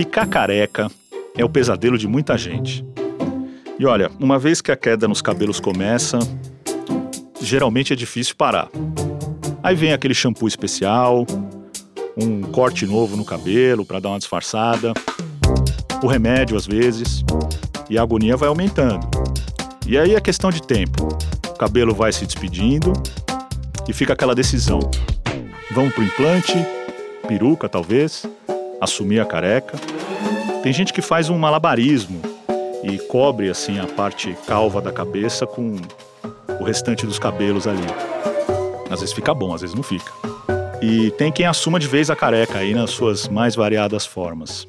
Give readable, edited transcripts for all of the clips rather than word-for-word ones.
Ficar careca é o pesadelo de muita gente. E olha, uma vez que a queda nos cabelos começa, geralmente é difícil parar. Aí vem aquele shampoo especial, um corte novo no cabelo para dar uma disfarçada, o remédio às vezes, e a agonia vai aumentando. E aí é questão de tempo. O cabelo vai se despedindo e fica aquela decisão. Vamos pro implante, peruca talvez, assumir a careca. Tem gente que faz um malabarismo e cobre assim a parte calva da cabeça com o restante dos cabelos ali. Às vezes fica bom, às vezes não fica. E tem quem assuma de vez a careca aí nas suas mais variadas formas.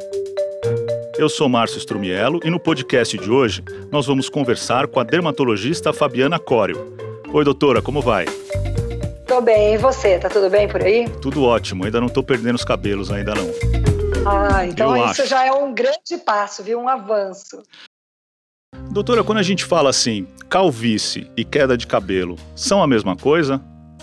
Eu sou Márcio Strumiello e no podcast de hoje nós vamos conversar com a dermatologista Fabiana Cório. Oi, doutora, como vai? Tô bem, e você? Tá tudo bem por aí? Tudo ótimo, ainda não tô perdendo os cabelos, ainda não. Então isso já é um grande passo, viu? Um avanço. Doutora, quando a gente fala assim, calvície e queda de cabelo, são a mesma coisa?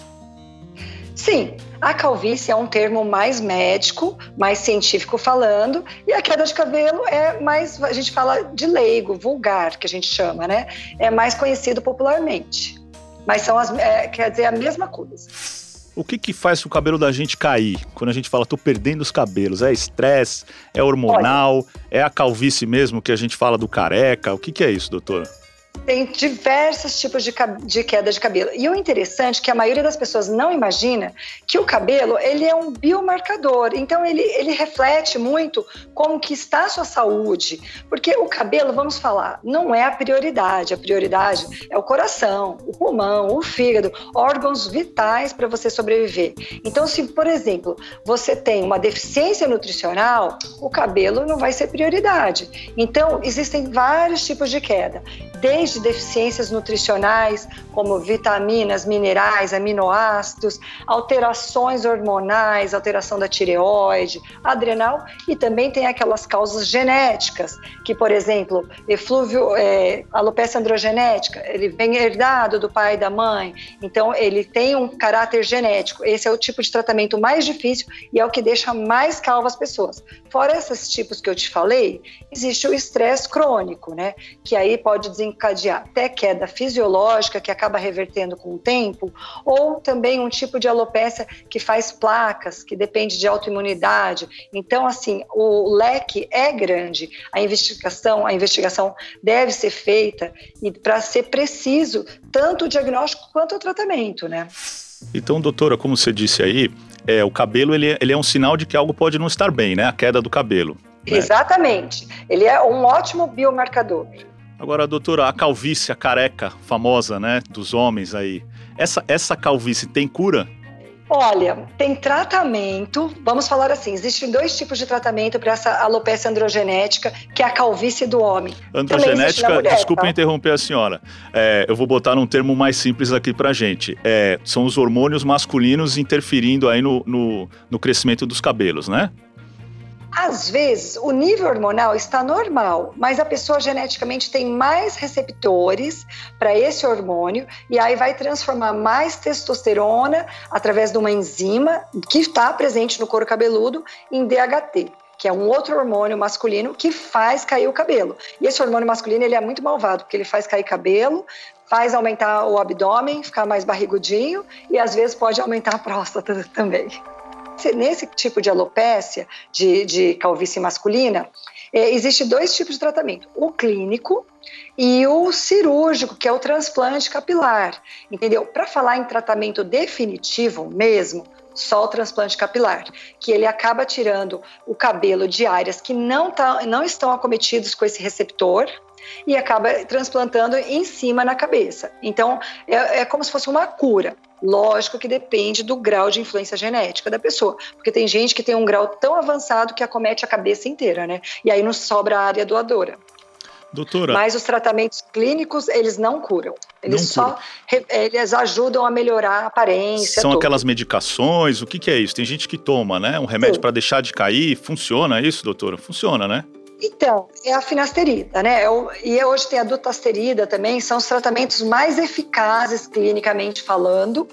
Sim, a calvície é um termo mais médico, mais científico falando, e a queda de cabelo é mais, a gente fala de leigo, vulgar, que a gente chama, né? É mais conhecido popularmente. Mas são quer dizer, a mesma coisa. O que faz o cabelo da gente cair? Quando a gente fala, tô perdendo os cabelos, é estresse, é hormonal, é a calvície mesmo que a gente fala do careca? O que é isso, doutora? Tem diversos tipos de queda de cabelo. E o interessante é que a maioria das pessoas não imagina que o cabelo, ele é um biomarcador. Então, ele reflete muito como que está a sua saúde. Porque o cabelo, vamos falar, não é a prioridade. A prioridade é o coração, o pulmão, o fígado, órgãos vitais para você sobreviver. Então, se, por exemplo, você tem uma deficiência nutricional, o cabelo não vai ser prioridade. Então, existem vários tipos de queda. Desde deficiências nutricionais, como vitaminas, minerais, aminoácidos, alterações hormonais, alteração da tireoide, adrenal, e também tem aquelas causas genéticas, que, por exemplo, alopecia androgenética, ele vem herdado do pai e da mãe, então ele tem um caráter genético. Esse é o tipo de tratamento mais difícil e é o que deixa mais calvo as pessoas. Fora esses tipos que eu te falei, existe o estresse crônico, né? Que aí pode desencadear até queda fisiológica, que acaba revertendo com o tempo, ou também um tipo de alopécia que faz placas, que depende de autoimunidade. Então, assim, o leque é grande. A investigação deve ser feita e para ser preciso tanto o diagnóstico quanto o tratamento, né? Então, doutora, como você disse aí, o cabelo ele é um sinal de que algo pode não estar bem, né? A queda do cabelo. Né? Exatamente. Ele é um ótimo biomarcador. Agora, doutora, a calvície, a careca famosa, né, dos homens aí, essa calvície tem cura? Olha, tem tratamento, vamos falar assim, existem dois tipos de tratamento para essa alopecia androgenética, que é a calvície do homem. Androgenética, mulher, desculpa interromper a senhora, eu vou botar num termo mais simples aqui pra gente, são os hormônios masculinos interferindo aí no crescimento dos cabelos, né? Às vezes, o nível hormonal está normal, mas a pessoa geneticamente tem mais receptores para esse hormônio e aí vai transformar mais testosterona através de uma enzima que está presente no couro cabeludo em DHT, que é um outro hormônio masculino que faz cair o cabelo. E esse hormônio masculino ele é muito malvado, porque ele faz cair cabelo, faz aumentar o abdômen, ficar mais barrigudinho e às vezes pode aumentar a próstata também. Nesse tipo de alopécia, de calvície masculina, existe dois tipos de tratamento. O clínico e o cirúrgico, que é o transplante capilar. Entendeu? Para falar em tratamento definitivo mesmo, só o transplante capilar, que ele acaba tirando o cabelo de áreas que não estão acometidos com esse receptor e acaba transplantando em cima na cabeça. Então, é como se fosse uma cura. Lógico que depende do grau de influência genética da pessoa, porque tem gente que tem um grau tão avançado que acomete a cabeça inteira, né? E aí não sobra a área doadora. Doutora. Mas os tratamentos clínicos, eles não curam. Eles ajudam a melhorar a aparência. São aquelas medicações, o que é isso? Tem gente que toma, né? Um remédio para deixar de cair. Funciona isso, doutora? Funciona, né? Então, é a finasterida, né? E hoje tem a dutasterida também, são os tratamentos mais eficazes clinicamente falando.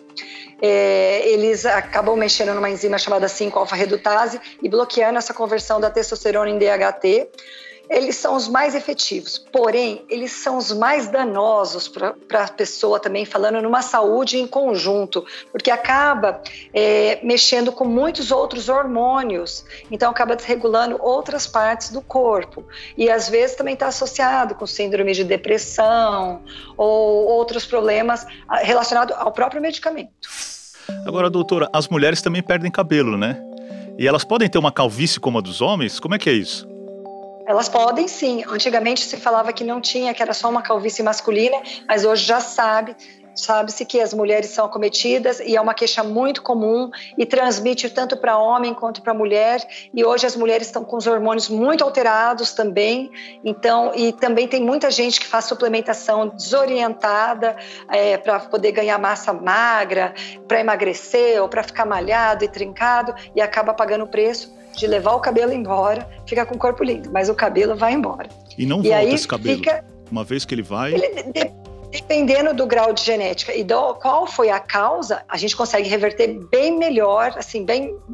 Eles acabam mexendo numa enzima chamada 5-alfa-redutase e bloqueando essa conversão da testosterona em DHT. Eles são os mais efetivos, porém, eles são os mais danosos para a pessoa também, falando numa saúde em conjunto, porque acaba mexendo com muitos outros hormônios, então acaba desregulando outras partes do corpo. E às vezes também está associado com síndrome de depressão ou outros problemas relacionados ao próprio medicamento. Agora, doutora, as mulheres também perdem cabelo, né? E elas podem ter uma calvície como a dos homens? Como é que é isso? Elas podem sim. Antigamente se falava que não tinha, que era só uma calvície masculina, mas hoje já sabe-se que as mulheres são acometidas e é uma queixa muito comum e transmite tanto para homem quanto para mulher. E hoje as mulheres estão com os hormônios muito alterados também. Então, e também tem muita gente que faz suplementação desorientada para poder ganhar massa magra, para emagrecer ou para ficar malhado e trincado e acaba pagando o preço de levar o cabelo embora, fica com o corpo lindo, mas o cabelo vai embora. E não volta esse cabelo? Uma vez que ele vai... Dependendo do grau de genética e qual foi a causa, a gente consegue reverter bem melhor, assim,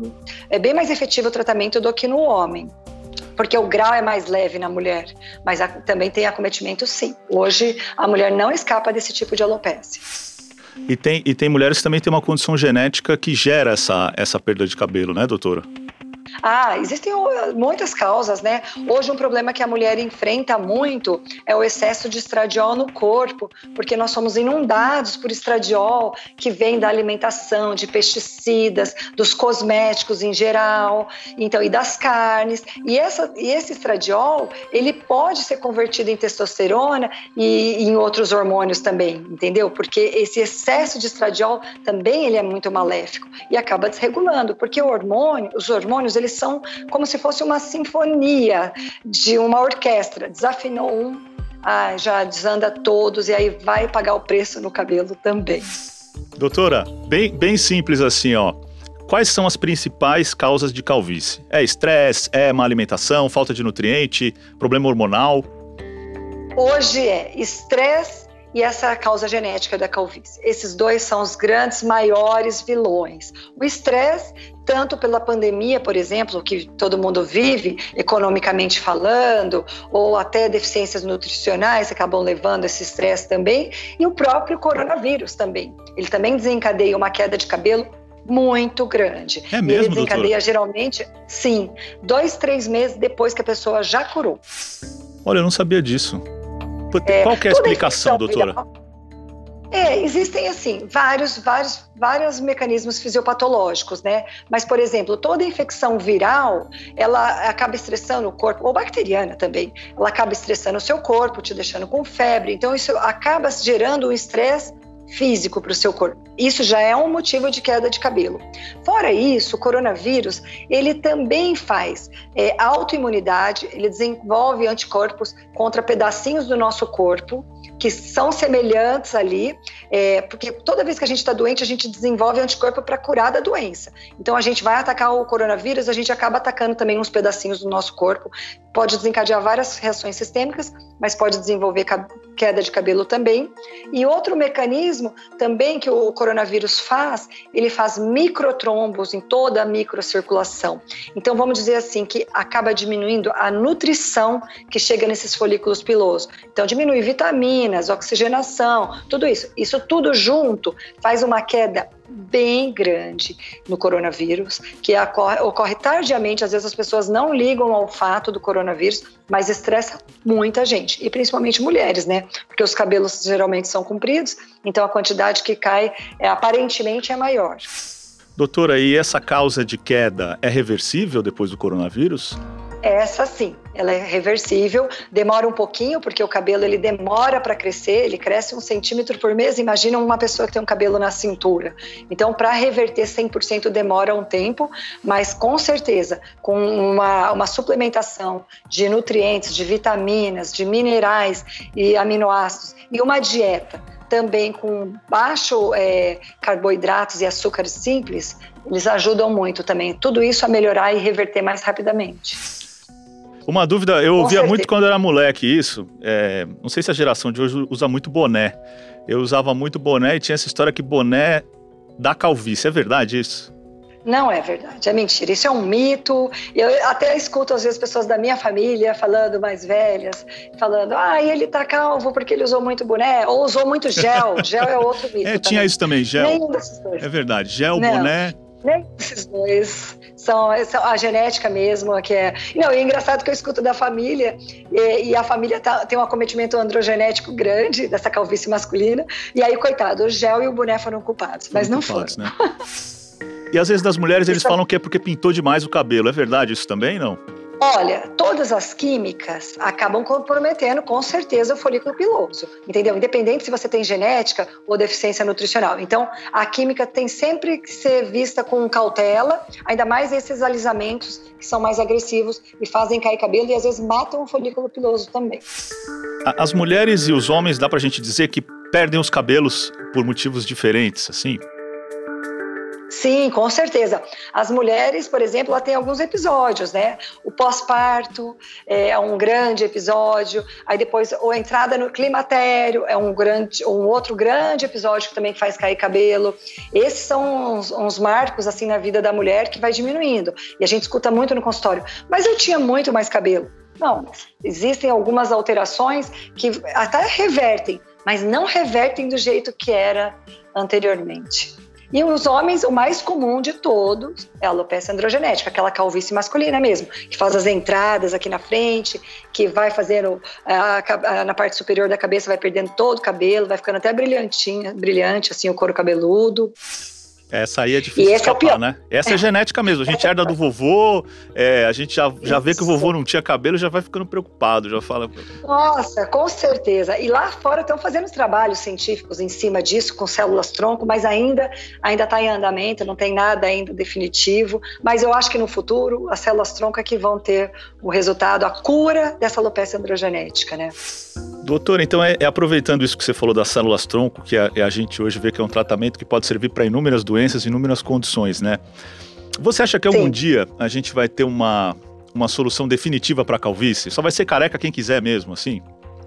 é bem mais efetivo o tratamento do que no homem. Porque o grau é mais leve na mulher, mas também tem acometimento sim. Hoje a mulher não escapa desse tipo de alopécia. E tem mulheres que também têm uma condição genética que gera essa perda de cabelo, né, doutora? Existem muitas causas, né? Hoje um problema que a mulher enfrenta muito é o excesso de estradiol no corpo, porque nós somos inundados por estradiol que vem da alimentação, de pesticidas, dos cosméticos em geral, então, e das carnes. E esse estradiol, ele pode ser convertido em testosterona e em outros hormônios também, entendeu? Porque esse excesso de estradiol também ele é muito maléfico e acaba desregulando, porque os hormônios eles são como se fosse uma sinfonia de uma orquestra. Desafinou um, já desanda todos e aí vai pagar o preço no cabelo também. Doutora, bem simples assim, ó. Quais são as principais causas de calvície? É estresse, é má alimentação, falta de nutriente, problema hormonal? Hoje é estresse e essa causa genética da calvície. Esses dois são os grandes, maiores vilões. O estresse, tanto pela pandemia, por exemplo, que todo mundo vive, economicamente falando, ou até deficiências nutricionais acabam levando esse estresse também, e o próprio coronavírus também. Ele também desencadeia uma queda de cabelo muito grande. É mesmo, e ele desencadeia doutora? Geralmente, sim, 2-3 meses depois que a pessoa já curou. Olha, eu não sabia disso. Qual que é a explicação, doutora? Existem, assim, vários mecanismos fisiopatológicos, né? Mas, por exemplo, toda infecção viral, ela acaba estressando o corpo, ou bacteriana também, ela acaba estressando o seu corpo, te deixando com febre. Então, isso acaba gerando um estresse físico para o seu corpo. Isso já é um motivo de queda de cabelo. Fora isso, o coronavírus, ele também faz autoimunidade, ele desenvolve anticorpos contra pedacinhos do nosso corpo, que são semelhantes ali, porque toda vez que a gente está doente, a gente desenvolve anticorpo para curar da doença. Então, a gente vai atacar o coronavírus, a gente acaba atacando também uns pedacinhos do nosso corpo, pode desencadear várias reações sistêmicas, mas pode desenvolver queda de cabelo também. E outro mecanismo também que o coronavírus faz, ele faz microtrombos em toda a microcirculação. Então, vamos dizer assim, que acaba diminuindo a nutrição que chega nesses folículos pilosos. Então, diminui vitaminas, oxigenação, tudo isso. Isso tudo junto faz uma queda bem grande no coronavírus, que ocorre tardiamente. Às vezes as pessoas não ligam ao fato do coronavírus, mas estressa muita gente, e principalmente mulheres, né? Porque os cabelos geralmente são compridos, então a quantidade que cai aparentemente é maior. Doutora, e essa causa de queda é reversível depois do coronavírus? Essa sim, ela é reversível, demora um pouquinho, porque o cabelo ele demora para crescer, ele cresce 1 centímetro por mês. Imagina uma pessoa que tem um cabelo na cintura. Então, para reverter 100% demora um tempo, mas com certeza, com uma suplementação de nutrientes, de vitaminas, de minerais e aminoácidos e uma dieta também com baixo carboidratos e açúcares simples, eles ajudam muito também. Tudo isso a melhorar e reverter mais rapidamente. Uma dúvida, eu ouvia muito quando era moleque isso, não sei se a geração de hoje usa muito boné. Eu usava muito boné e tinha essa história que boné dá calvície. É verdade isso? Não é verdade, é mentira. Isso é um mito. Eu até escuto, às vezes, pessoas da minha família falando, mais velhas, falando, ele tá calvo porque ele usou muito boné, ou usou muito gel. Gel é outro mito. Tinha isso também, gel. Nenhum desses dois. É verdade, gel, não, boné... Nem esses dois. São a genética mesmo, que é... Não, e é engraçado que eu escuto da família, e a família tem um acometimento androgenético grande, dessa calvície masculina, e aí, coitado, o gel e o boné foram culpados, mas não foram. Né? E às vezes das mulheres eles falam que é porque pintou demais o cabelo. É verdade isso também, não? Olha, todas as químicas acabam comprometendo com certeza o folículo piloso, entendeu? Independente se você tem genética ou deficiência nutricional. Então, a química tem sempre que ser vista com cautela, ainda mais esses alisamentos que são mais agressivos e fazem cair cabelo e às vezes matam o folículo piloso também. As mulheres e os homens, dá pra gente dizer que perdem os cabelos por motivos diferentes, assim? Sim, com certeza. As mulheres, por exemplo, ela tem alguns episódios, né? O pós-parto é um grande episódio, aí depois a entrada no climatério é um outro grande episódio que também faz cair cabelo. Esses são uns marcos assim na vida da mulher que vai diminuindo. E a gente escuta muito no consultório, mas eu tinha muito mais cabelo. Não, existem algumas alterações que até revertem, mas não revertem do jeito que era anteriormente. E os homens, o mais comum de todos é a alopecia androgenética, aquela calvície masculina mesmo, que faz as entradas aqui na frente, que vai fazendo na parte superior da cabeça, vai perdendo todo o cabelo, vai ficando até brilhante, assim, o couro cabeludo. Essa aí é difícil de escapar, né? Essa é genética mesmo, a gente herda do vovô, a gente já vê que o vovô não tinha cabelo, já vai ficando preocupado, já fala... Nossa, com certeza. E lá fora estão fazendo trabalhos científicos em cima disso, com células-tronco, mas ainda está em andamento, não tem nada ainda definitivo, mas eu acho que no futuro as células-tronco é que vão ter o resultado, a cura dessa alopecia androgenética, né? Doutora, então aproveitando isso que você falou das células-tronco, que a gente hoje vê que é um tratamento que pode servir para inúmeras doenças, inúmeras condições, né? Você acha que algum dia a gente vai ter uma solução definitiva para a calvície? Só vai ser careca quem quiser mesmo, assim?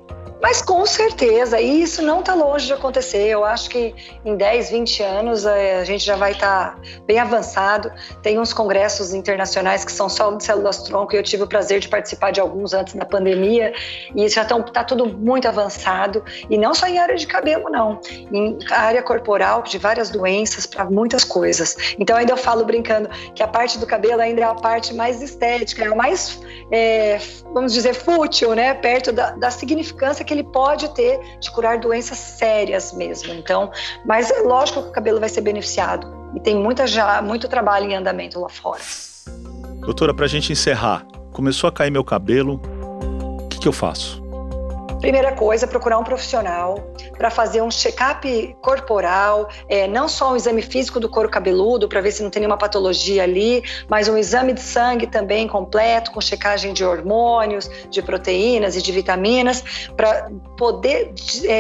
Mas com certeza, e isso não está longe de acontecer. Eu acho que em 10, 20 anos a gente já vai estar bem avançado. Tem uns congressos internacionais que são só de células-tronco e eu tive o prazer de participar de alguns antes da pandemia e já está tudo muito avançado. E não só em área de cabelo, não. Em área corporal, de várias doenças, para muitas coisas. Então ainda eu falo brincando que a parte do cabelo ainda é a parte mais estética, é a mais, vamos dizer, fútil, né? Perto da significância que ele pode ter de curar doenças sérias mesmo. Então, mas é lógico que o cabelo vai ser beneficiado e tem muito trabalho em andamento lá fora. Doutora, pra gente encerrar, começou a cair meu cabelo, o que eu faço? Primeira coisa, procurar um profissional para fazer um check-up corporal, não só um exame físico do couro cabeludo, para ver se não tem nenhuma patologia ali, mas um exame de sangue também completo, com checagem de hormônios, de proteínas e de vitaminas, para poder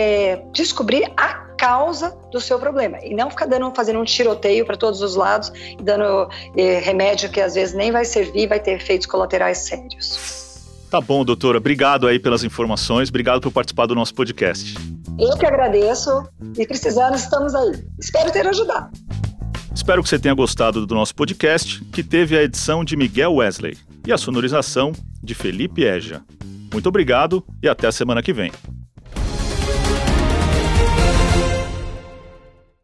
descobrir a causa do seu problema e não ficar fazendo um tiroteio para todos os lados e dando remédio que às vezes nem vai servir, vai ter efeitos colaterais sérios. Tá bom, doutora. Obrigado aí pelas informações. Obrigado por participar do nosso podcast. Eu que agradeço e precisando, estamos aí. Espero ter ajudado. Espero que você tenha gostado do nosso podcast, que teve a edição de Miguel Wesley e a sonorização de Felipe Eja. Muito obrigado e até a semana que vem.